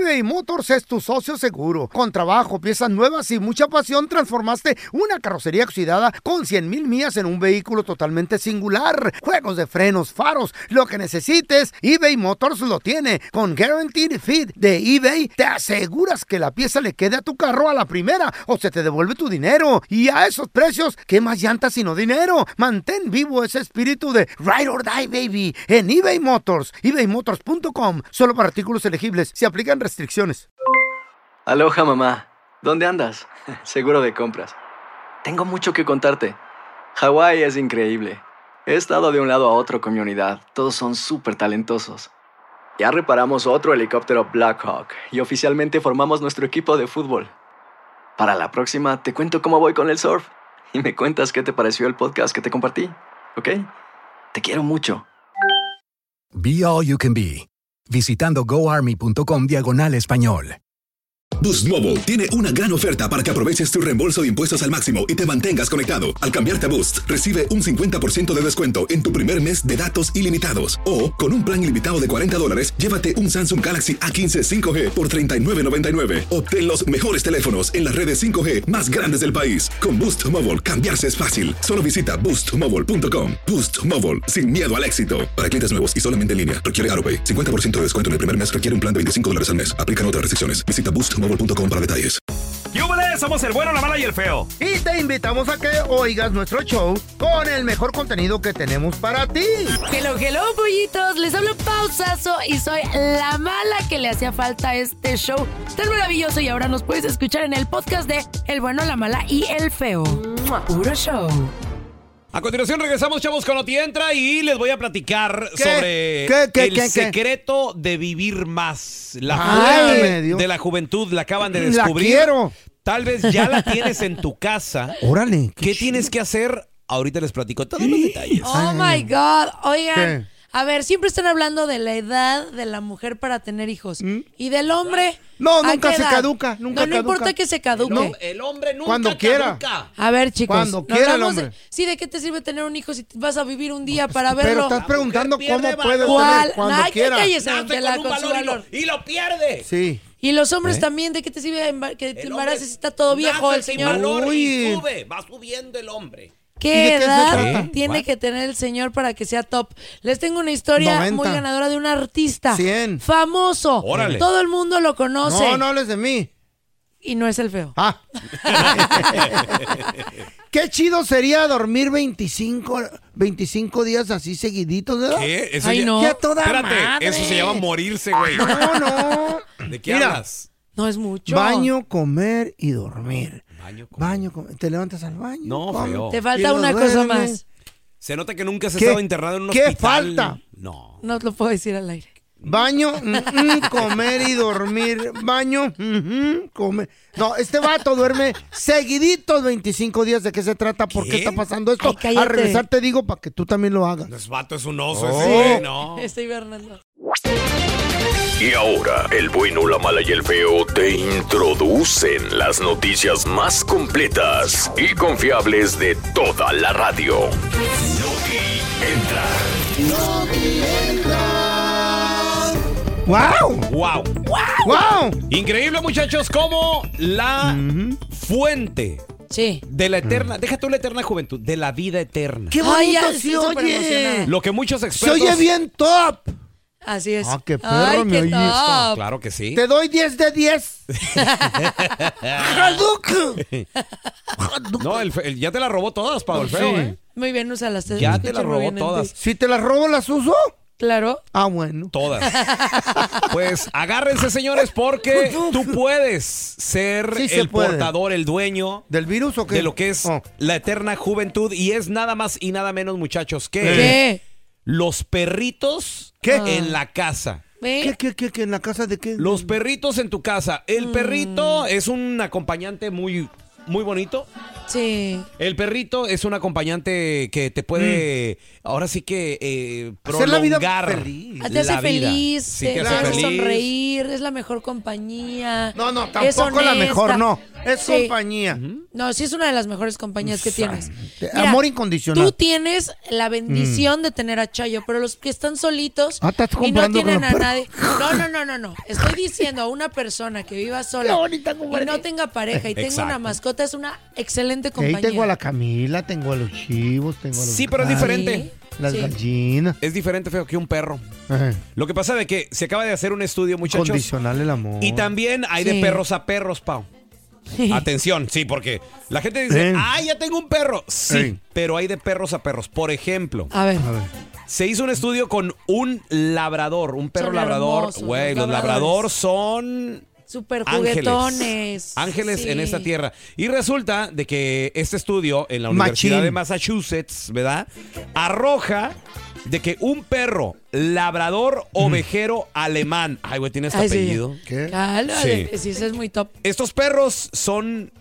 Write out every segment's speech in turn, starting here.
eBay Motors es tu socio seguro. Con trabajo, piezas nuevas y mucha pasión, transformaste una carrocería oxidada con 100,000 millas en un vehículo totalmente singular. Juegos de frenos, faros, lo que necesites, eBay Motors lo tiene. Con Guaranteed Fit de eBay, te aseguras que la pieza le quede a tu carro a la primera o se te devuelve tu dinero. Y a esos precios, ¿qué más llantas sino dinero? Mantén vivo ese espíritu de Ride or Die, baby, en eBay Motors. ebaymotors.com. Solo para artículos elegibles. Se aplican restricciones. Aloha, mamá. ¿Dónde andas? Seguro de compras. Tengo mucho que contarte. Hawái es increíble. He estado de un lado a otro con mi unidad. Todos son súper talentosos. Ya reparamos otro helicóptero Blackhawk y oficialmente formamos nuestro equipo de fútbol. Para la próxima te cuento cómo voy con el surf y me cuentas qué te pareció el podcast que te compartí, ¿ok? Te quiero mucho. Be All You Can Be, visitando goarmy.com/español. Boost Mobile tiene una gran oferta para que aproveches tu reembolso de impuestos al máximo y te mantengas conectado. Al cambiarte a Boost, recibe un 50% de descuento en tu primer mes de datos ilimitados. O, con un plan ilimitado de $40, llévate un Samsung Galaxy A15 5G por $39.99. Obtén los mejores teléfonos en las redes 5G más grandes del país. Con Boost Mobile, cambiarse es fácil. Solo visita boostmobile.com. Boost Mobile, sin miedo al éxito. Para clientes nuevos y solamente en línea, requiere AutoPay. 50% de descuento en el primer mes requiere un plan de $25 al mes. Aplican otras restricciones. Visita boostmobile.com para detalles. ¡Yúbales! Somos el bueno, la mala y el feo. Y te invitamos a que oigas nuestro show con el mejor contenido que tenemos para ti. Hello, hello, pollitos. Les hablo Pausazo y soy la mala que le hacía falta a este show tan maravilloso. Y ahora nos puedes escuchar en el podcast de El bueno, la mala y el feo. Puro show. A continuación regresamos, chavos, con Oti Entra y les voy a platicar sobre el secreto de vivir más. La fuente de la juventud la acaban de descubrir. La quiero. Tal vez ya la tienes en tu casa. Órale. ¿Qué tienes que hacer? Ahorita les platico todos los detalles. Oh my God. Oigan, ¿Qué? a ver, siempre están hablando de la edad de la mujer para tener hijos. ¿Y del hombre? No, ¿A nunca qué se edad? caduca. Nunca no importa que se caduque. No. El hombre nunca Cuando quiera. caduca. A ver, chicos. Cuando quiera el hablamos hombre. Sí, ¿de qué te sirve tener un hijo si vas a vivir un día para verlo? Pero estás preguntando cómo puedes ¿Cuál? tener cuando Ay, quiera. cállese, Nace Tela, con un con su valor valor. y lo pierde. Sí. Y los hombres también, ¿de qué te sirve que te El embaraces hombre si está todo viejo el nace sin señor? valor Uy. y sube, va subiendo el hombre. ¿Y de ¿Qué qué se edad trata? tiene que tener el señor para que sea top? Les tengo una historia 90. muy ganadora de un artista 100. famoso. Órale. Todo el mundo lo conoce. No hables de mí. Y no es el feo. Ah. Qué chido sería dormir 25 días así seguiditos, ¿verdad? ¿Qué? Eso Ay, ya- no. ¡Qué a toda Espérate, madre! eso se llama morirse, güey. No. ¿De qué Mira, hablas? No es mucho. Baño, comer y dormir. Baño, Te levantas al baño. No, comes, feo. Te y falta lo una cosa duermes. más. Se nota que nunca has ¿Qué? estado internado en un ¿Qué hospital. falta? No. No lo puedo decir al aire. Baño, comer y dormir. Baño, comer. No, este vato duerme seguiditos 25 días. ¿De qué se trata? ¿Por qué ¿Qué? está pasando esto? Ay, cállate. Al regresar te digo para que tú también lo hagas. No es vato, es un oso Oh. ese, güey, no. Estoy hibernando. Y ahora, el bueno, la mala y el feo te introducen las noticias más completas y confiables de toda la radio. ¡Wow! ¡Wow! ¡Wow! Increíble, muchachos, como la fuente Sí. de la eterna, deja tú la eterna juventud, de la vida eterna. ¡Qué Ay, bonito ya, se estoy súper oye! emocionada. Lo que muchos ¡Se expertos... oye bien top! Así es. Ah, qué perro Ay, me qué oíste. top. Claro que sí. Te doy 10 de 10. Hadouken. No, ya te la robó todas, Pablo, el feo, Sí. ¿eh? Muy bien, úsalas. Ya te la robó todas. Si te las robo, ¿las uso? Claro. Ah, bueno. Todas. Pues agárrense, señores, porque tú puedes ser Sí se el puede. portador, el dueño ¿Del virus o qué? de lo que es Oh. la eterna juventud. Y es nada más y nada menos, muchachos, que ¿Qué? los perritos ¿Qué? en la casa. ¿Ve? ¿Qué? ¿En la casa de qué? Los perritos en tu casa. El perrito es un acompañante muy, muy bonito. Sí. El perrito es un acompañante que te puede, ahora sí que hacer la vida prolongar feliz. Te hace feliz, Sí, te te hace hace feliz. sonreír, es la mejor compañía. No, es tampoco la honesta. mejor, no. Es Sí. compañía. No, sí es una de las mejores compañías que tienes. Amor incondicional. Tú tienes la bendición de tener a Chayo, pero los que están solitos estás y no comprando tienen con a los nadie. No. Estoy diciendo a una persona que viva sola y no tenga pareja y tenga Exacto. una mascota, es una excelente Ahí compañía. tengo a la Camila, tengo a los chivos, tengo a los Sí, pero es gallos, diferente. las Sí. gallinas. Es diferente, feo, que un perro. Ajá. Lo que pasa es que se acaba de hacer un estudio, muchachos. Condicional el amor. Y también hay de Sí. perros a perros, Pau. Atención, sí, porque la gente dice, ya tengo un perro. Sí, pero hay de perros a perros. Por ejemplo, A ver. se hizo un estudio con un labrador, un perro Son labrador. hermosos, Güey, los los labrador son Súper ángeles. juguetones. Ángeles Sí. en esta tierra. Y resulta de que este estudio en la Machín. Universidad de Massachusetts, ¿verdad? Arroja de que un perro labrador ovejero alemán. Ay, güey, tiene este Ay, sí. apellido. ¿Qué? Claro, Sí. sí, ese es muy top. Estos perros son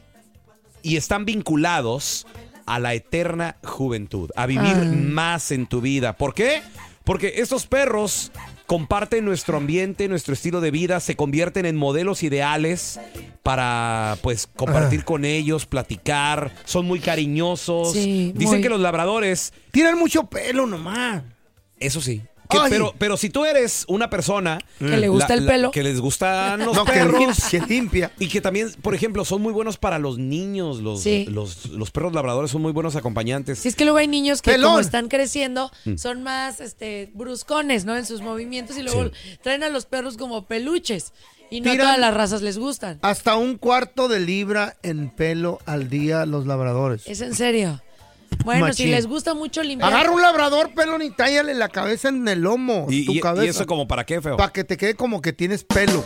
y están vinculados a la eterna juventud, a vivir más en tu vida. ¿Por qué? Porque estos perros comparten nuestro ambiente, nuestro estilo de vida, se convierten en modelos ideales para, pues, compartir con ellos, platicar, son muy cariñosos. Sí, Dicen muy. que los labradores, Tiran mucho pelo nomás. eso sí. Ay. Pero si tú eres una persona Que le gusta el pelo. que les gustan los No, perros, que limpia. y que también, por ejemplo, son muy buenos para los niños. Los perros labradores son muy buenos acompañantes. Si es que luego hay niños que Pelón. como están creciendo son más bruscones, ¿no? En sus movimientos y luego traen a los perros como peluches y no Tiran- todas las razas les gustan. Hasta 1/4 de libra en pelo al día los labradores. ¿Es en serio? Bueno, Machín. si les gusta mucho limpiar. Agarra un labrador, pelón, y tállale la cabeza en el lomo. tu ¿Y cabeza. eso como para qué, feo? Para que te quede como que tienes pelo.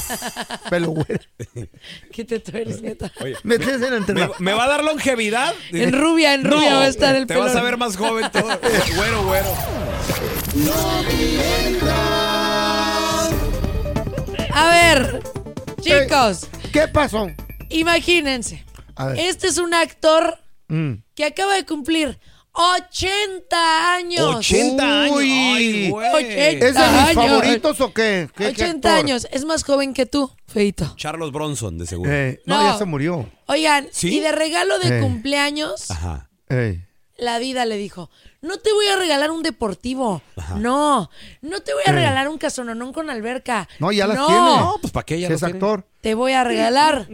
Pelo, güey. Que te tueres, neta. Oye, Metes en entre la- ¿me va a dar longevidad? En rubia va a estar el Te pelo. vas a ver más joven todo. Güero. A ver, chicos, ¿Qué pasó? imagínense. A ver. Este es un actor Mm. que acaba de cumplir 80 años. 80 años. Uy. Ay, güey. Oye, ¿Es de mis años. favoritos o qué? ¿Qué 80 actor? años. Es más joven que tú, feito. Charles Bronson, de seguro. No, No. ya se murió. Oigan, ¿Sí? y de regalo de Eh. cumpleaños, Ajá. la vida le dijo, no te voy a regalar un deportivo. No te voy a regalar un casononón con alberca. No, ya las No, tiene. No, pues ¿para qué ya Si lo es tiene? actor. te voy a regalar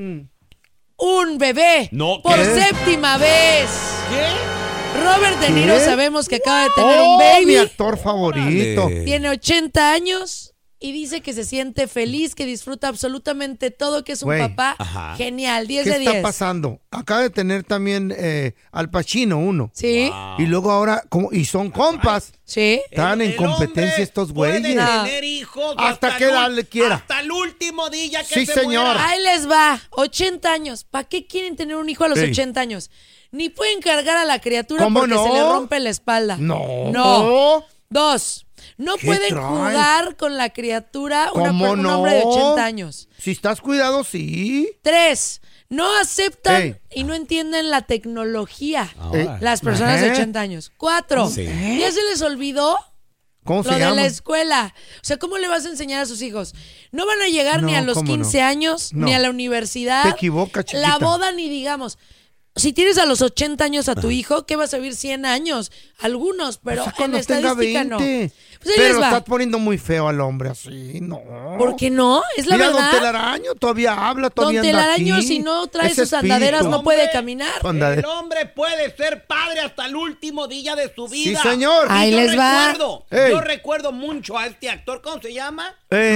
un bebé. No, por ¿qué? séptima vez. ¿Qué? Robert De Niro ¿Qué? sabemos que acaba de tener un Mi baby. actor favorito. Órale. Tiene 80 años y dice que se siente feliz, que disfruta absolutamente todo, que es un Güey. papá Ajá. genial, 10 ¿Qué de 10. está pasando? Acaba de tener también Al Pacino uno. Sí, Y luego ahora, y son compas. sí. Están en competencia estos güeyes. No. tener hijos Hasta que edad le quiera. Hasta el último día que Sí, se señor. muera. Ahí les va, 80 años. ¿Para qué quieren tener un hijo a los Sí. 80 años? Ni pueden cargar a la criatura ¿Cómo porque no? se le rompe la espalda. No. No. 2. No ¿Qué pueden trae? jugar con la criatura ¿Cómo un no? hombre de 80 años. Si estás cuidado, sí. 3. No aceptan Ey. y no entienden la tecnología. Eh, Las personas de Ajá. 80 años. 4. Sí. Ya se les olvidó ¿Cómo lo se de llama? la escuela. O sea, ¿cómo le vas a enseñar a sus hijos? No van a llegar ni No, a los ¿cómo 15 no? años, No. ni a la universidad. Te equivocas, chiquita. La boda, ni digamos. Si tienes a los 80 años a tu hijo, ¿qué vas a vivir 100 años? Algunos, pero O sea, en cuando la tenga estadística 20. no. Pues ahí Pero les lo va. estás poniendo muy feo al hombre así, no. ¿Por qué no? Es la Mira, verdad. Don Telaraño todavía habla, Don todavía anda Telaraño, aquí. si no trae Ese sus andaderas, espíritu. no puede caminar. Su andadera. El hombre puede ser padre hasta el último día de su Sí, vida. señor. Ahí les va. Ey. Yo recuerdo mucho a este actor, ¿cómo se llama?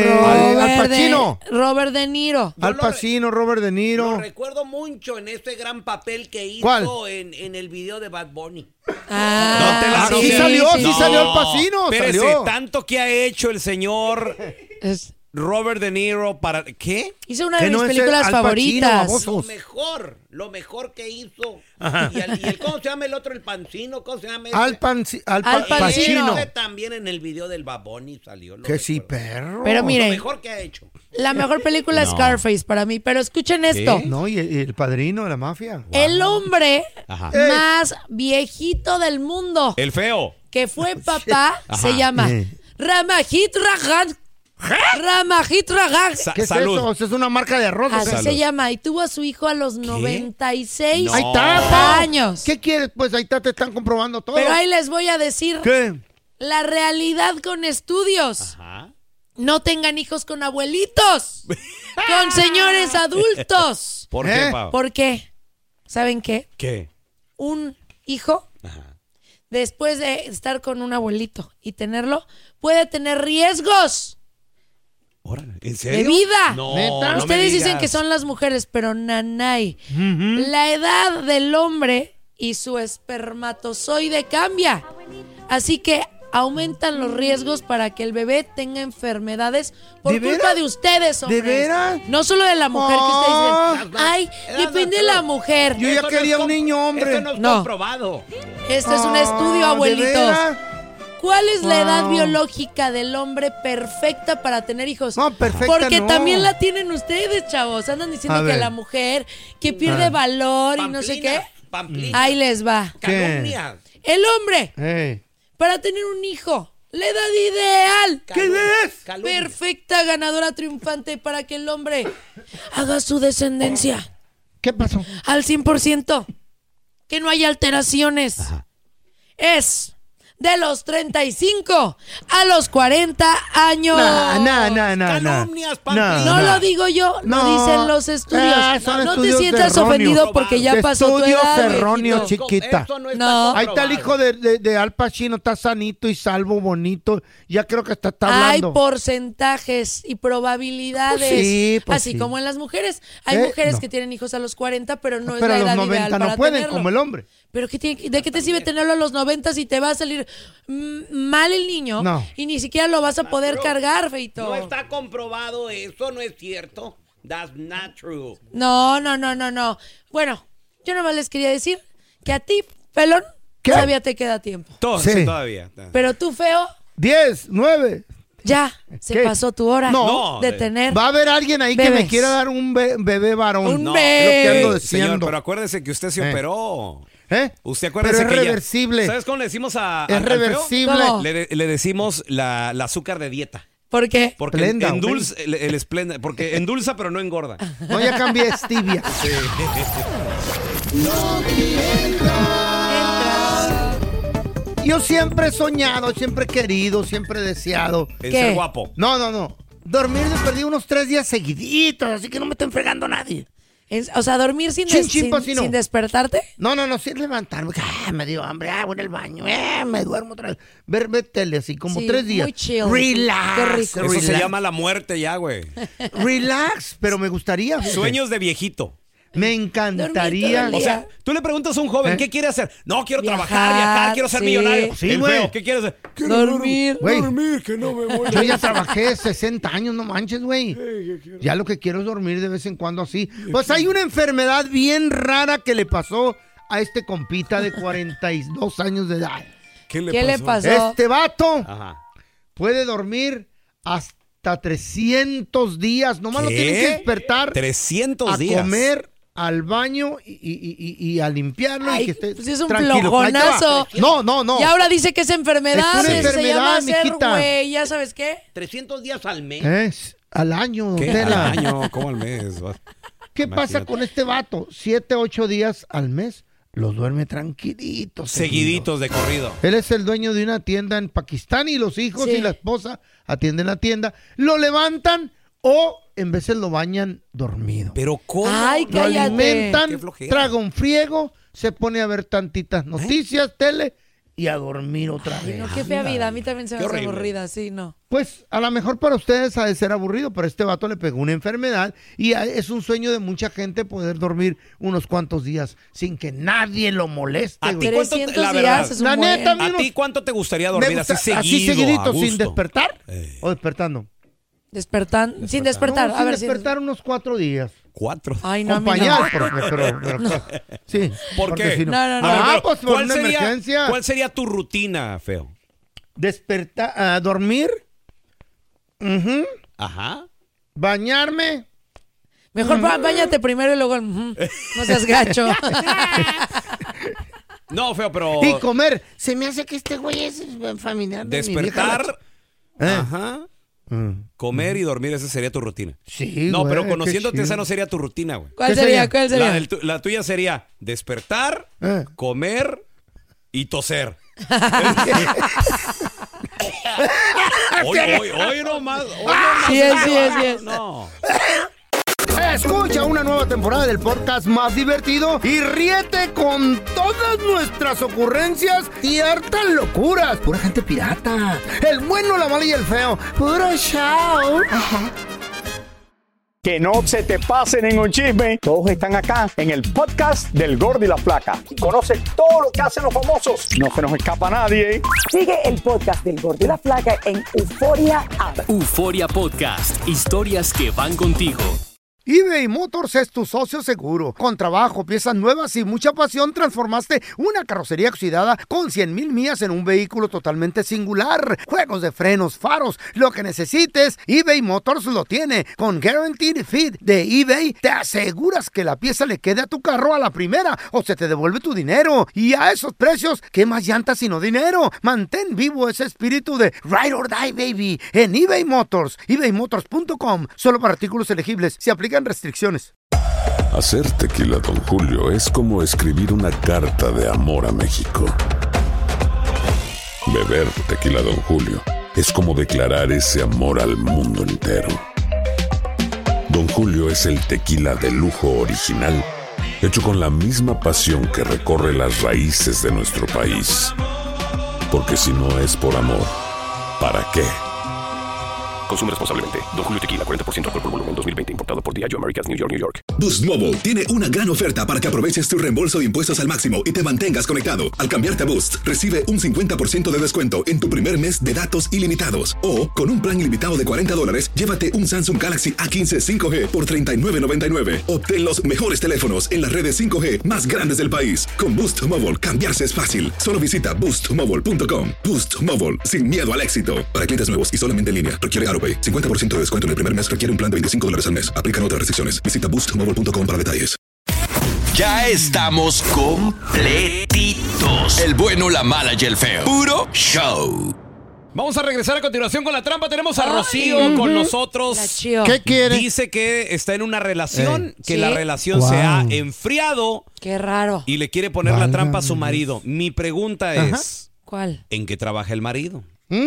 Al Pacino. Robert De Niro. Al Pacino, Robert De Lo Niro. recuerdo mucho en este gran papel que hizo ¿Cuál? en el video de Bad Bunny. Ah, No te la- sí, sí, salió, sí. sí salió Al Pacino, Espérese, salió. tanto que ha hecho el señor. Robert De Niro para... ¿Qué? Hizo una de mis películas favoritas. Lo mejor que hizo. Y el ¿cómo se llama el otro? El Pancino, ¿cómo se llama? Al Pacino. También en el video del Baboni salió. Que sí, perro. Pero mire, lo mejor que ha hecho. La mejor película es Scarface para mí, pero escuchen esto. No, y el padrino de la mafia. Wow. El hombre más viejito del mundo. El feo. Que fue papá, se llama Ramajit Rajan. Ramajit Rajan. ¿Qué es eso? ¿Es una marca de arroz? Así se llama. Y tuvo a su hijo a los 96 Ahí está, años. ¿Qué quieres? Pues ahí está, te están comprobando todo. Pero ahí les voy a decir la realidad con estudios. No tengan hijos con abuelitos, con señores adultos. ¿Por qué, Pau? ¿Por qué? ¿Saben qué? ¿Qué? Un hijo, después de estar con un abuelito y tenerlo, puede tener riesgos. Órale, ¿en serio? De vida. No, ¿Neta? no Ustedes dicen que son las mujeres, pero nanay. La edad del hombre y su espermatozoide cambia. Así que aumentan los riesgos para que el bebé tenga enfermedades por culpa de ustedes, hombres. ¿De veras? No solo de la mujer que ustedes dicen. Ay, depende de la mujer. Yo ya quería un niño hombre. Eso no es comprobado. Esto es un estudio, abuelitos. ¿Cuál es la edad biológica del hombre perfecta para tener hijos? No, perfecta Porque no. también la tienen ustedes, chavos. Andan diciendo que la mujer que pierde valor y no sé qué. Ahí les va. Calumnias. El hombre, para tener un hijo, la edad ideal. ¿Qué es? Perfecta, ganadora, triunfante para que el hombre haga su descendencia. ¿Qué pasó? Al 100%. Que no haya alteraciones. Es de los 35 a los 40 años. Calumnias, No lo digo yo, lo dicen los estudios. Son no estudios te sientas erróneos. ofendido porque ya pasó tu Estudios edad. erróneos, chiquita. No. Ahí está el hijo de Al Pacino, está sanito y salvo, bonito. Ya creo que está Hay hablando. porcentajes y probabilidades. Pues sí, pues así sí. como en las mujeres. Hay mujeres que tienen hijos a los 40, pero no es pero la a los edad 90 ideal no para pueden, tenerlo. como el hombre. Pero ¿de qué te sirve tenerlo a los 90 si te va a salir mal el niño? No. Y ni siquiera lo vas a poder cargar, feito. No está comprobado, eso no es cierto. That's not true. No. Bueno, yo nomás les quería decir que a ti, pelón, todavía te queda tiempo. Sí, todavía. Pero tú, feo, 10, 9. ya se pasó tu hora de tener. Va a haber alguien ahí que me quiera dar un bebé varón. Un bebé. Lo que ando Señor, diciendo. pero acuérdese que usted se operó. Usted Pero acuérdese es que reversible. ¿Sabes cómo le decimos a Es al feo? reversible. ¿Cómo? Le decimos la azúcar de dieta. ¿Por qué? Porque Splenda, endulza, el Splenda, porque endulza pero no engorda. No, ya cambié stevia. Yo siempre he soñado, siempre he querido, siempre he deseado. En ¿Qué? ser guapo. No. Dormir de perdido unos 3 días seguiditos, así que no me estén fregando nadie. O sea, dormir sin despertarte. No, sin levantarme. Me dio hambre, voy al baño, me duermo otra vez. Ver tele así, como Sí, 3 días. muy chill. Relax. Qué rico. Eso se relax. llama la muerte ya, güey. Relax, pero me gustaría. fíjate. Sueños de viejito. Me Dormir encantaría. todo el O día. sea, tú le preguntas a un joven, ¿qué quiere hacer? No, quiero trabajar, viajar, quiero ser sí. millonario. Sí, El güey. feo, ¿qué quieres hacer? Dormir. Güey, que no me voy. yo ya trabajé 60 años, no manches, güey. Ya lo que quiero es dormir de vez en cuando así. Pues hay una enfermedad bien rara que le pasó a este compita de 42 años de edad. ¿Qué le pasó? Este vato Ajá. puede dormir hasta 300 días. Nomás lo ¿Qué? tiene que despertar 300 a días. comer, al baño y a limpiarlo. Ay, y que esté pues es un tranquilo. flojonazo. Ahí te va. No. Y ahora dice que es enfermedad. Es una se enfermedad, llama ser mijita. güey. ¿Ya sabes qué? 300 días al mes. Es al año, ¿Qué? Tela. Al año, ¿cómo al mes? ¿Qué pasa Imagínate. con este vato? 7, 8 días al mes los duerme tranquilitos. Seguiditos de corrido. Él es el dueño de una tienda en Pakistán y los hijos Sí. y la esposa atienden la tienda. Lo levantan o en veces lo bañan dormido. Pero ¿cómo? Ay, Lo cállate. alimentan, Qué flojera. traga un friego, se pone a ver tantitas noticias, tele y a dormir otra vez. No, qué fea vida. A mí también se me Qué hace horrible. aburrida, sí, no. Pues a lo mejor para ustedes ha de ser aburrido, pero este vato le pegó una enfermedad y es un sueño de mucha gente poder dormir unos cuantos días sin que nadie lo moleste. ¿A güey. ti cuánto 300 la días verdad, es un La buen. neta, ¿A ti cuánto te gustaría Me dormir gusta- así seguido? seguidito, a gusto? sin despertar o despertando. Sin despertar. No, A sin ver, despertar unos 4 días. 4. Ay, no, a Con mí no. pañal, pero sí. ¿Por porque qué? si No. Ah, pues por una emergencia. ¿Cuál sería tu rutina, feo? Despertar, dormir, Ajá. bañarme. Mejor báñate primero y luego... no seas gacho. No, feo, pero... Y comer. Se me hace que este güey es familiar de mi vieja. Despertar, Ajá. comer y dormir, esa sería tu rutina. Sí, No, güey, pero qué conociéndote, esa chido. no sería tu rutina, güey. ¿Cuál ¿Qué sería? sería? ¿Cuál sería? La tuya sería despertar, comer y toser. Hoy nomás. Sí es. No. Escucha una nueva temporada del podcast más divertido y ríete con todas nuestras ocurrencias y hartas locuras. Pura gente pirata. El bueno, la mala y el feo. Puro show. Que no se te pase ningún chisme. Todos están acá en el podcast del Gordo y la Flaca. Y conoce todo lo que hacen los famosos. No se nos escapa nadie. Sigue el podcast del Gordo y la Flaca en Euforia App. Euforia Podcast. Historias que van contigo. eBay Motors es tu socio seguro. Con trabajo, piezas nuevas y mucha pasión, transformaste una carrocería oxidada con 100,000 millas en un vehículo totalmente singular. Juegos de frenos, faros, lo que necesites, eBay Motors lo tiene. Con Guaranteed Fit de eBay, te aseguras que la pieza le quede a tu carro a la primera o se te devuelve tu dinero. Y a esos precios, ¿qué más llantas sino dinero? Mantén vivo ese espíritu de Ride or Die, baby, en eBay Motors. ebaymotors.com. Solo para artículos elegibles. Se aplican restricciones. Hacer tequila Don Julio es como escribir una carta de amor a México. Beber tequila Don Julio es como declarar ese amor al mundo entero. Don Julio es el tequila de lujo original, hecho con la misma pasión que recorre las raíces de nuestro país. Porque si no es por amor, ¿para qué? Consume responsablemente. Don Julio Tequila, 40% alcohol por volumen, 2020. Importado por Diageo Americas, New York, New York. Boost Mobile tiene una gran oferta para que aproveches tu reembolso de impuestos al máximo y te mantengas conectado. Al cambiarte a Boost, recibe un 50% de descuento en tu primer mes de datos ilimitados. O, con un plan ilimitado de $40, llévate un Samsung Galaxy A15 5G por $39.99. Obtén los mejores teléfonos en las redes 5G más grandes del país. Con Boost Mobile, cambiarse es fácil. Solo visita boostmobile.com. Boost Mobile, sin miedo al éxito. Para clientes nuevos y solamente en línea, requiere AroPay. 50% de descuento en el primer mes requiere un plan de $25 al mes. Aplican otras restricciones. Visita boostmobile.com para detalles. Ya estamos completitos. El bueno, la mala y el feo. Puro show. Vamos a regresar a continuación con la trampa. Tenemos a Rocío con nosotros. ¿Qué quiere? Dice que está en una relación, que Sí. la relación se ha enfriado Qué raro. y le quiere poner la trampa a su marido. Mi pregunta es, ¿Cuál? ¿en qué trabaja el marido?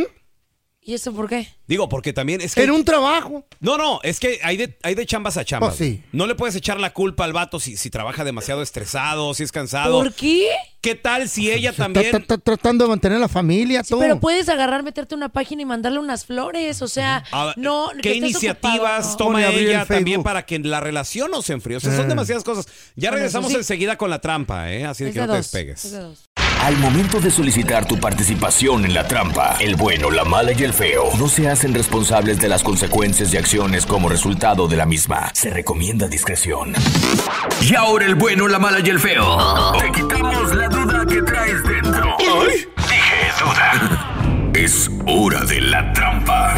¿Y eso por qué? Digo, porque también es que... En un trabajo. No, es que hay de chambas a chambas. Oh, sí. No le puedes echar la culpa al vato si trabaja demasiado estresado, si es cansado. ¿Por qué? ¿Qué tal si ella también... Está tratando de mantener la familia, Sí, todo. pero puedes agarrar, meterte a una página y mandarle unas flores, o sea, no... ¿Qué que estés iniciativas ocupado, toma Pone a abrir ella el también Facebook. para que la relación no se enfríe? O sea, son demasiadas cosas. Ya Bueno, regresamos eso sí. enseguida con la trampa, ¿eh? Así de Es que de no te dos, despegues. es de dos. Al momento de solicitar tu participación en la trampa, el bueno, la mala y el feo no se hacen responsables de las consecuencias y acciones como resultado de la misma. Se recomienda discreción. Y ahora el bueno, la mala y el feo. Te quitamos la duda que traes dentro. ¡Ay! Dije duda. Es hora de la trampa.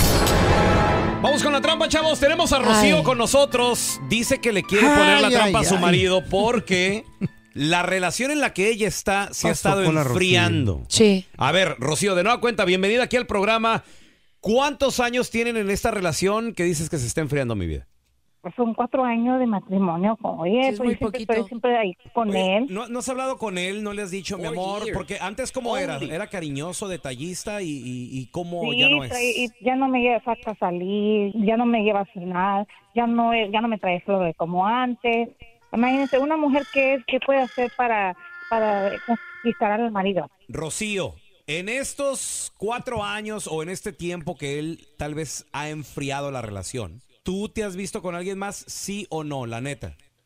Vamos con la trampa, chavos. Tenemos a Rocío con nosotros. Dice que le quiere poner la trampa a su marido porque la relación en la que ella está se ha estado enfriando. Sí. A ver, Rocío, de nueva cuenta, bienvenida aquí al programa. ¿Cuántos años tienen en esta relación que dices que se está enfriando, mi vida? Pues son 4 años de matrimonio. Oye, Sí, es muy siempre poquito. estoy siempre ahí con él. ¿No has hablado con él? ¿No le has dicho, mi amor? Porque antes, ¿cómo era? ¿Era cariñoso, detallista y cómo Sí, ya no es? y ya no me lleva a salir, ya no me lleva a cenar, ya no me trae flores como antes. Imagínense, una mujer que puede hacer para conquistar al marido. Rocío, en estos 4 años o en este tiempo que él tal vez ha enfriado la relación, ¿tú te has visto con alguien más, sí o no, la neta?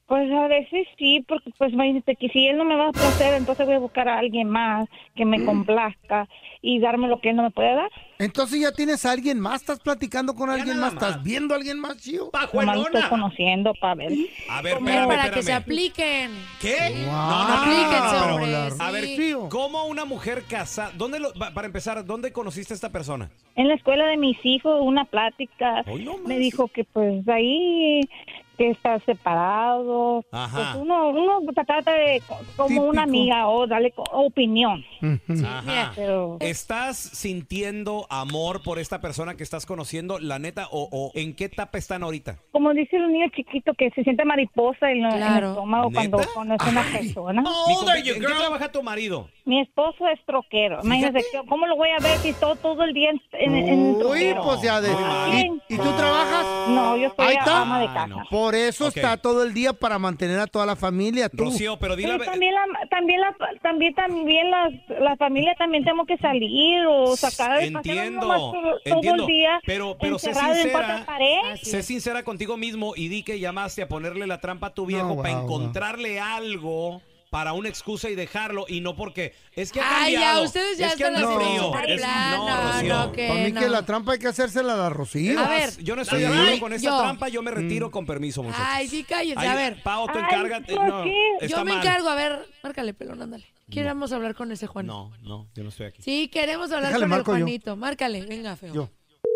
Pues a veces sí, porque pues imagínate que si él no me va a placer, entonces voy a buscar a alguien más que me complazca y darme lo que él no me puede dar. Entonces ya tienes a alguien más, estás platicando con alguien más, estás viendo a alguien más, Chío. Nomás lo estoy conociendo para ver. A ver, Para que se apliquen. ¿Qué? Wow. Aplíquense, hombre. A ver, Sí. ¿cómo una mujer casada? Para empezar, ¿dónde conociste a esta persona? En la escuela de mis hijos, una plática, me dijo que pues ahí que está separado. Ajá. Pues uno trata de como Típico. una amiga o darle opinión. Ajá. Pero ¿Estás sintiendo amor por esta persona que estás conociendo, la neta, o en qué etapa están ahorita? como dice un niño chiquito que se siente mariposa en el estómago cuando ¿Neta? conoce a una persona. ¿En qué trabaja tu marido? Mi esposo es troquero. Imagínate, ¿cómo lo voy a ver si estoy todo el día en Uy, troquero? pues ya de... ¿Y tú trabajas? No, yo soy Ahí está. ama de casa. Por eso Ok. está todo el día para mantener a toda la familia. Tú. Rocío, pero dile... Pero también la familia también tenemos que salir o sacar Entiendo, todo entiendo. el día Pero sé encerrado en cuatro sincera, paredes. sé sincera contigo mismo y di que llamaste a ponerle la trampa a tu viejo para encontrarle algo para una excusa y dejarlo y no porque es que ha Ay, cambiado. ya, ustedes ya es que están anda así frío. súper plano, Rocío. no, que Para mí no. que la trampa hay que hacérsela a la Rocío. A ver, Yo no estoy Sí. de acuerdo con esta Yo. trampa, yo me retiro con permiso, muchachos. Ay, sí, cállense. Ay, A ver. Pao, tú Ay, encárgate. ¿por No, qué? está Yo me mal. encargo. A ver, márcale, pelón, ándale. Queremos hablar con ese Juan. No, yo no estoy aquí. Sí, queremos hablar Déjale, con el marco yo. Juanito. Márcale, venga, feo. Yo.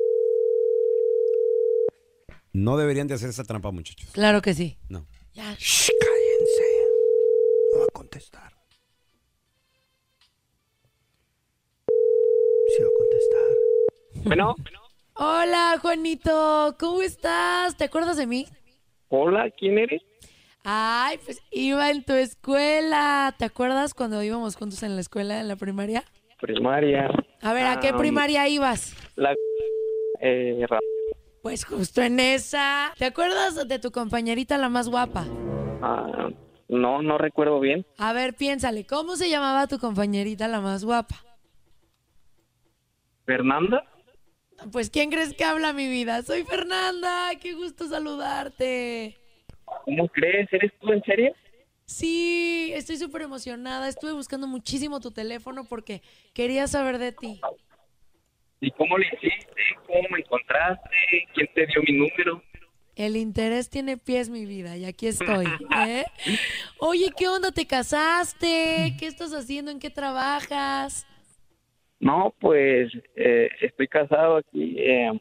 No deberían de hacer esa trampa, muchachos. Claro que sí. No. Ya. Shh, cállense. No va a contestar. Sí va a contestar. Bueno, Hola, Juanito. ¿Cómo estás? ¿Te acuerdas de mí? hola, ¿quién eres? Ay, pues iba en tu escuela. ¿Te acuerdas cuando íbamos juntos en la escuela, en la primaria? Primaria. A ver, ¿a qué primaria ibas? La... Pues justo en esa. ¿Te acuerdas de tu compañerita la más guapa? no recuerdo bien. A ver, piénsale, ¿cómo se llamaba tu compañerita la más guapa? ¿Fernanda? Pues, ¿quién crees que habla, mi vida? Soy Fernanda, qué gusto saludarte. ¿Cómo crees? ¿Eres tú en serio? Sí, estoy súper emocionada. Estuve buscando muchísimo tu teléfono porque quería saber de ti. ¿Y cómo le hiciste? ¿Cómo me encontraste? ¿Quién te dio mi número? El interés tiene pies, mi vida, y aquí estoy, ¿eh? Oye, ¿qué onda? ¿Te casaste? ¿Qué estás haciendo? ¿En qué trabajas? No, pues estoy casado aquí.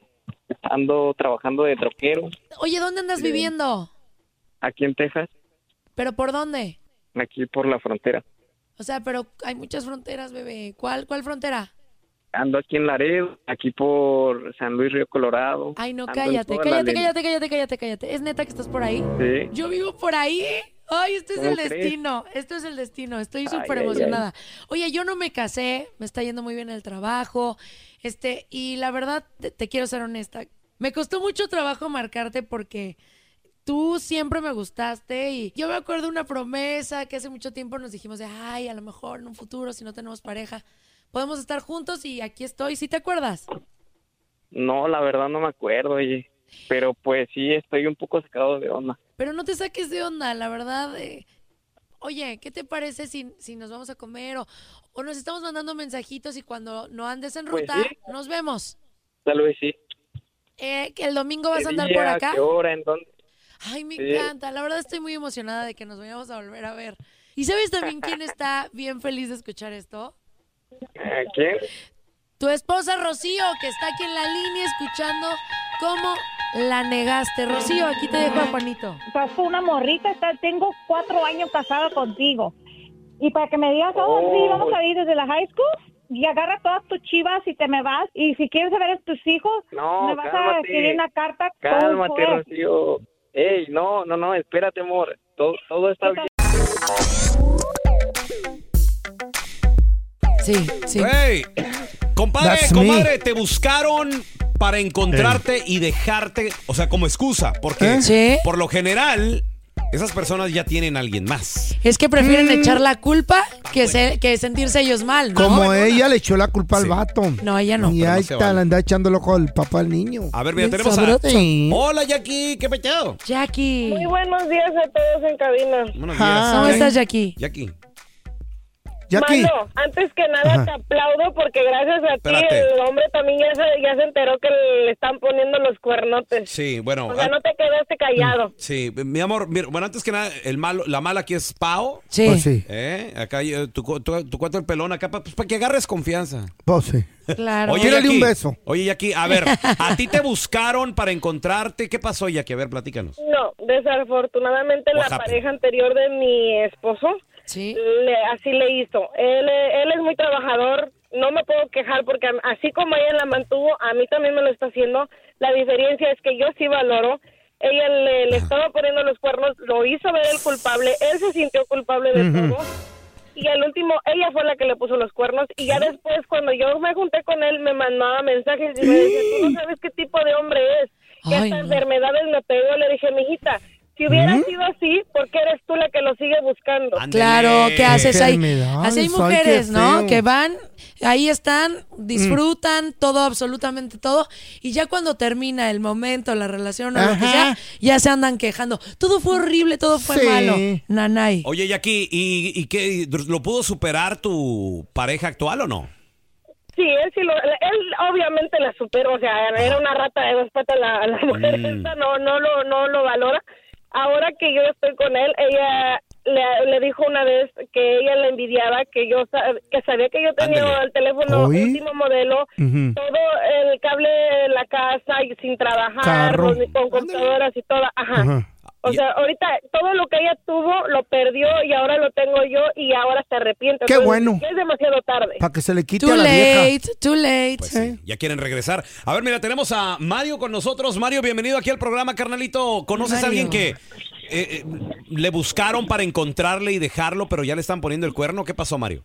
Ando trabajando de troquero Oye, ¿dónde andas viviendo? aquí en Texas, ¿Pero por dónde? aquí por la frontera. O sea, pero hay muchas fronteras, bebé. ¿Cuál frontera? Ando aquí en Laredo, aquí por San Luis Río Colorado. Ay, no, Ando en cállate, toda la línea. cállate. ¿Es neta que estás por ahí? Sí. Yo vivo por ahí. Ay, este es ¿Cómo el crees? destino. Esto es el destino. Estoy Ay, súper ay, emocionada. Oye, yo no me casé. Me está yendo muy bien el trabajo. Y la verdad, te quiero ser honesta. Me costó mucho trabajo marcarte porque tú siempre me gustaste y yo me acuerdo de una promesa que hace mucho tiempo nos dijimos de, ay, a lo mejor en un futuro, si no tenemos pareja, podemos estar juntos y aquí estoy. ¿Sí te acuerdas? No, la verdad no me acuerdo, oye. Pero pues sí, estoy un poco sacado de onda. Pero no te saques de onda, la verdad. Oye, ¿qué te parece si nos vamos a comer o nos estamos mandando mensajitos y cuando no andes en Pues ruta, sí. nos vemos? Tal vez sí. Que el domingo vas ¿Qué a andar día, por acá. ¿Qué hora? ¿En dónde? Ay, me Sí. encanta. La verdad estoy muy emocionada de que nos vayamos a volver a ver. ¿Y sabes también quién está bien feliz de escuchar esto? ¿Quién? Tu esposa Rocío, que está aquí en la línea escuchando cómo la negaste. Rocío, aquí te dejo a Juanito. Pasó una morrita, tengo 4 años casada contigo. Y para que me digas, sí, vamos a ir desde la high school y agarra todas tus chivas y te me vas. Y si quieres ver a tus hijos, No, me vas a cálmate. escribir una carta. Cálmate, ¿cómo fue? Rocío. Ey, no, espérate, amor. Todo está bien. Sí. Hey, compadre, That's comadre, te buscaron para encontrarte y dejarte, o sea, como excusa, porque Sí. por lo general esas personas ya tienen a alguien más. Es que prefieren echar la culpa que sentirse ellos mal, ¿no? Como ella le echó la culpa al vato. No, ella no. Y Pero ahí no se está, vale. le anda echando el ojo al papá al niño. A ver, mira, Bien tenemos sabroso. Hola, Jackie, ¿qué peteado? Jackie. Muy buenos días a todos en cabina. Buenos días. ¿Cómo estás, Jackie? Jackie. Mano, antes que nada te aplaudo porque gracias a Espérate. ti el hombre también ya se enteró que le están poniendo los cuernotes. Sí, bueno. O sea, no te quedaste callado. Sí, mi amor, mira, bueno, antes que nada, la mala aquí es Pao. Sí. Pues sí. Acá tu cuate el pelón, acá para que agarres confianza. Pues sí. Claro. Oye, Tírale Jackie, un beso. Oye, Jackie, a ver, ¿a ti te buscaron para encontrarte? ¿Qué pasó, Jackie? A ver, platícanos. No, desafortunadamente What la happened? pareja anterior de mi esposo Sí. así le hizo. Él es muy trabajador, no me puedo quejar porque así como ella la mantuvo, a mí también me lo está haciendo. La diferencia es que yo sí valoro. Ella le estaba poniendo los cuernos, lo hizo ver el culpable, él se sintió culpable de todo. Y al último, ella fue la que le puso los cuernos. Y ya después, cuando yo me junté con él, me mandaba mensajes y me decía, tú no sabes qué tipo de hombre es. Que Ay, esta no. enfermedades me pegó. Le dije, mijita, si hubiera sido así, ¿por qué eres tú la que lo sigue buscando? Claro, ¿qué haces ahí? Enfermedades, Así hay ay, mujeres, qué ¿no? feo. Que van, ahí están, disfrutan todo, absolutamente todo, y ya cuando termina el momento, la relación o lo que Ajá. sea, ya se andan quejando. Todo fue horrible, todo fue Sí. malo. Nanay. Oye, Jackie, ¿y qué? ¿Lo pudo superar tu pareja actual o no? Sí, él obviamente la superó, o sea, era una rata de dos patas la mujer esta, no lo valora. Ahora que yo estoy con él, ella le dijo una vez que ella le envidiaba, que sabía que yo tenía Ándale. el teléfono Oye. último modelo, Ujú. todo el cable en la casa y sin trabajar, Carro. con computadoras y todo, ajá. Ajá. O sea, ahorita todo lo que ella tuvo lo perdió y ahora lo tengo yo y ahora se arrepiente. Qué Entonces, bueno. ya es demasiado tarde. Para que se le quite Too a la late, vieja. too late. Pues sí, ya quieren regresar. A ver, mira, tenemos a Mario con nosotros. Mario, bienvenido aquí al programa, carnalito. ¿Conoces a Mario. alguien que le buscaron para encontrarle y dejarlo, pero ya le están poniendo el cuerno? ¿Qué pasó, Mario?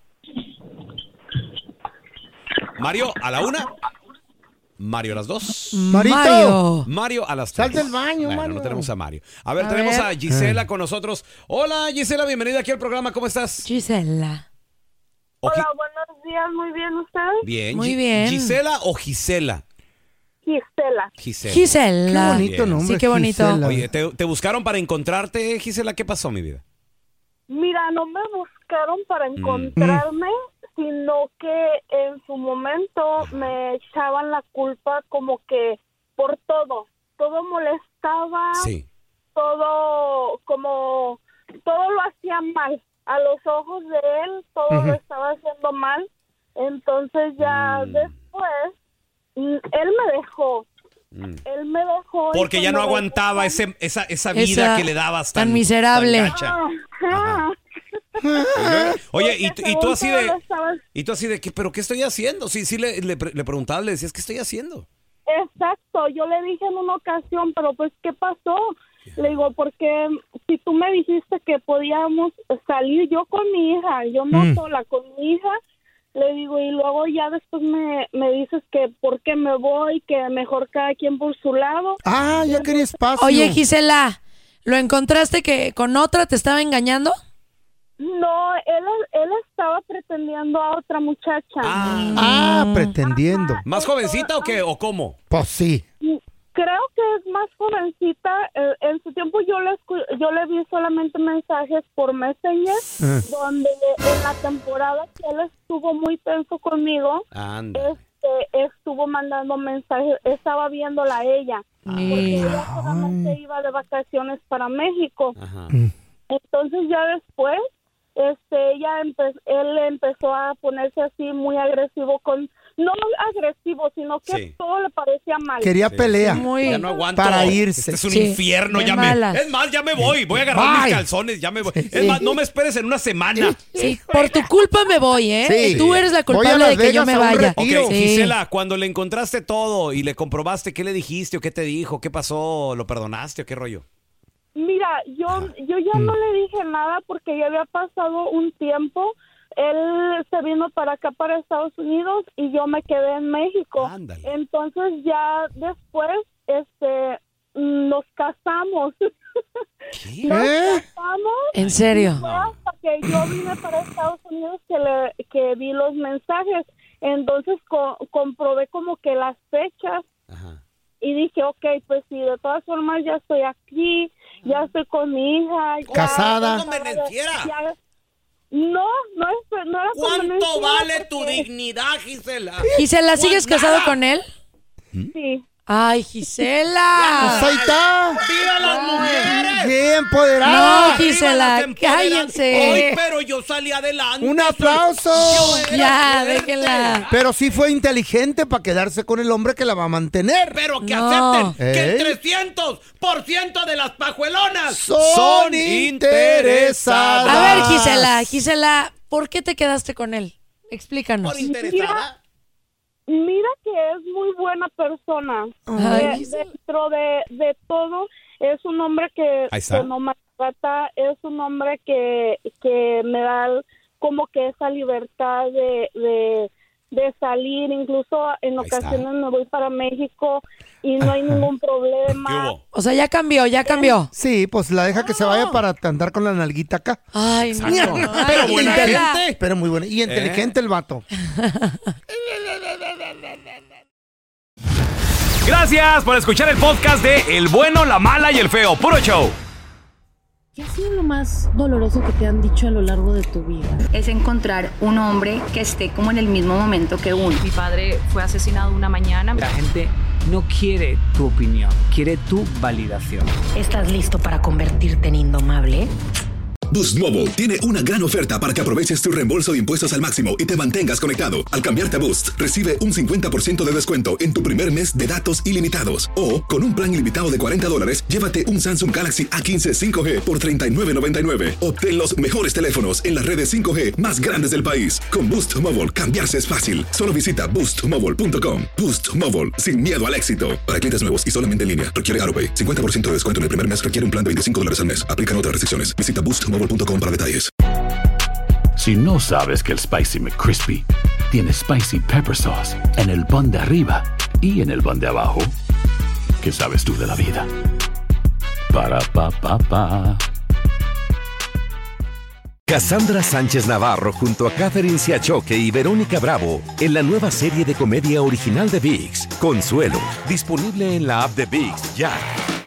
Mario, ¿a la una? Mario, ¿a las dos? Marito. Mario a las Sal 3. del baño, Bueno, Mario. no tenemos a Mario. A ver, A tenemos ver. a Gisela con nosotros. Hola, Gisela, bienvenida aquí al programa. ¿Cómo estás? Gisela. Hola, buenos días, muy bien, ¿usted? Bien. Muy bien. ¿Gisela o Gisela? Gisela. Gisela. Gisela. Qué bonito Bien. nombre. Sí, qué bonito. Gisela. Oye, ¿te buscaron para encontrarte, Gisela? ¿Qué pasó, mi vida? Mira, no me buscaron para encontrarme, sino que en su momento me echaban la culpa como que por todo molestaba, Sí. todo lo hacía mal, a los ojos de él todo lo estaba haciendo mal, entonces ya después él me dejó. Él me dejó. Porque y ya no cuando aguantaba esa vida Esa que le dabas tan miserable. tan gacha. Ajá. Oye, y tú Según así todo de... lo estaba- Y tú así de, ¿pero qué estoy haciendo? Sí, le preguntabas, le decías, ¿qué estoy haciendo? Exacto, yo le dije en una ocasión, pero pues, ¿qué pasó? Le digo, porque si tú me dijiste que podíamos salir yo con mi hija, yo no sola, con mi hija, le digo, y luego ya después me dices que por qué me voy, que mejor cada quien por su lado. Ah, ya quería espacio. Oye, Gisela, ¿lo encontraste que con otra te estaba engañando? No, él estaba pretendiendo a otra muchacha. Pretendiendo. ¿Más jovencita o qué? ¿O cómo? Pues sí. Creo que es más jovencita. En su tiempo yo le vi solamente mensajes por Messenger, donde en la temporada que él estuvo muy tenso conmigo, Anda. estuvo mandando mensajes, estaba viénla a ella, porque ella solamente iba de vacaciones para México. Ajá. Entonces ya después, él empezó a ponerse así muy agresivo no agresivo, sino que Sí. todo le parecía mal. Quería pelea. Ya no aguanto. Para irse. Este es un Sí, infierno. de Ya malas. es más, ya me voy. Voy a agarrar Bye. mis calzones. Ya me voy. Es más, no me esperes en una semana. Sí, por tu culpa me voy, ¿eh? Sí. Tú eres la Voy a culpable Las de que yo Vegas me a un vaya. retiro. Ok, Sí. Gisela, cuando le encontraste todo y le comprobaste, ¿qué le dijiste o qué te dijo? ¿Qué pasó? ¿Lo perdonaste o qué rollo? Mira, yo ya no le dije nada porque ya había pasado un tiempo. Él se vino para acá, para Estados Unidos, y yo me quedé en México. Ándale. Entonces ya después, nos casamos. Nos casamos. ¿En serio? Fue hasta que yo vine para Estados Unidos que vi los mensajes. Entonces comprobé como que las fechas. Y dije, ok, pues sí, de todas formas ya estoy aquí, ya estoy con mi hija. ¿Casada? ¿No convenenciera? No era ¿Cuánto vale tu dignidad, Gisela? Gisela, ¿sigues casado con él? Sí. Ay, Gisela. Pues ahí está. ¡Viva las mujeres! Bien empoderada. No, Gisela, cállense. Hoy, pero yo salí adelante. Un aplauso. Ya, déjenla. Pero sí fue inteligente para quedarse con el hombre que la va a mantener. Pero que No. acepten que el 300% de las pajuelonas son interesadas. A ver, Gisela, ¿por qué te quedaste con él? Explícanos. por interesada. Mira que es muy buena persona. Ay. Dentro de todo, es un hombre que no maltrata, es un hombre que me da como que esa libertad de salir. Incluso en ocasiones me voy para México y no hay ningún problema. O sea, ya cambió. Sí, pues la deja que se vaya para andar con la nalguita acá. Ay, no. Pero Ay, buena Gisela. gente. Pero muy buena. Y inteligente el vato. Gracias por escuchar el podcast de El Bueno, la Mala y el Feo. Puro show. ¿Qué ha sido lo más doloroso que te han dicho a lo largo de tu vida? Es encontrar un hombre que esté como en el mismo momento que uno. Mi padre fue asesinado una mañana. La gente no quiere tu opinión, quiere tu validación. ¿Estás listo para convertirte en indomable? Boost Mobile tiene una gran oferta para que aproveches tu reembolso de impuestos al máximo y te mantengas conectado. Al cambiarte a Boost, recibe un 50% de descuento en tu primer mes de datos ilimitados. O, con un plan ilimitado de $40, llévate un Samsung Galaxy A15 5G por $39.99. Obtén los mejores teléfonos en las redes 5G más grandes del país. Con Boost Mobile, cambiarse es fácil. Solo visita boostmobile.com. Boost Mobile, sin miedo al éxito. Para clientes nuevos y solamente en línea, requiere AutoPay. 50% de descuento en el primer mes requiere un plan de $25 al mes. Aplican otras restricciones. Visita boostmobile.com para detalles. Si no sabes que el Spicy McCrispy tiene Spicy Pepper Sauce en el pan de arriba y en el pan de abajo, ¿qué sabes tú de la vida? Para, pa, pa, pa. Cassandra Sánchez Navarro junto a Catherine Siachoque y Verónica Bravo en la nueva serie de comedia original de ViX, Consuelo, disponible en la app de ViX ya.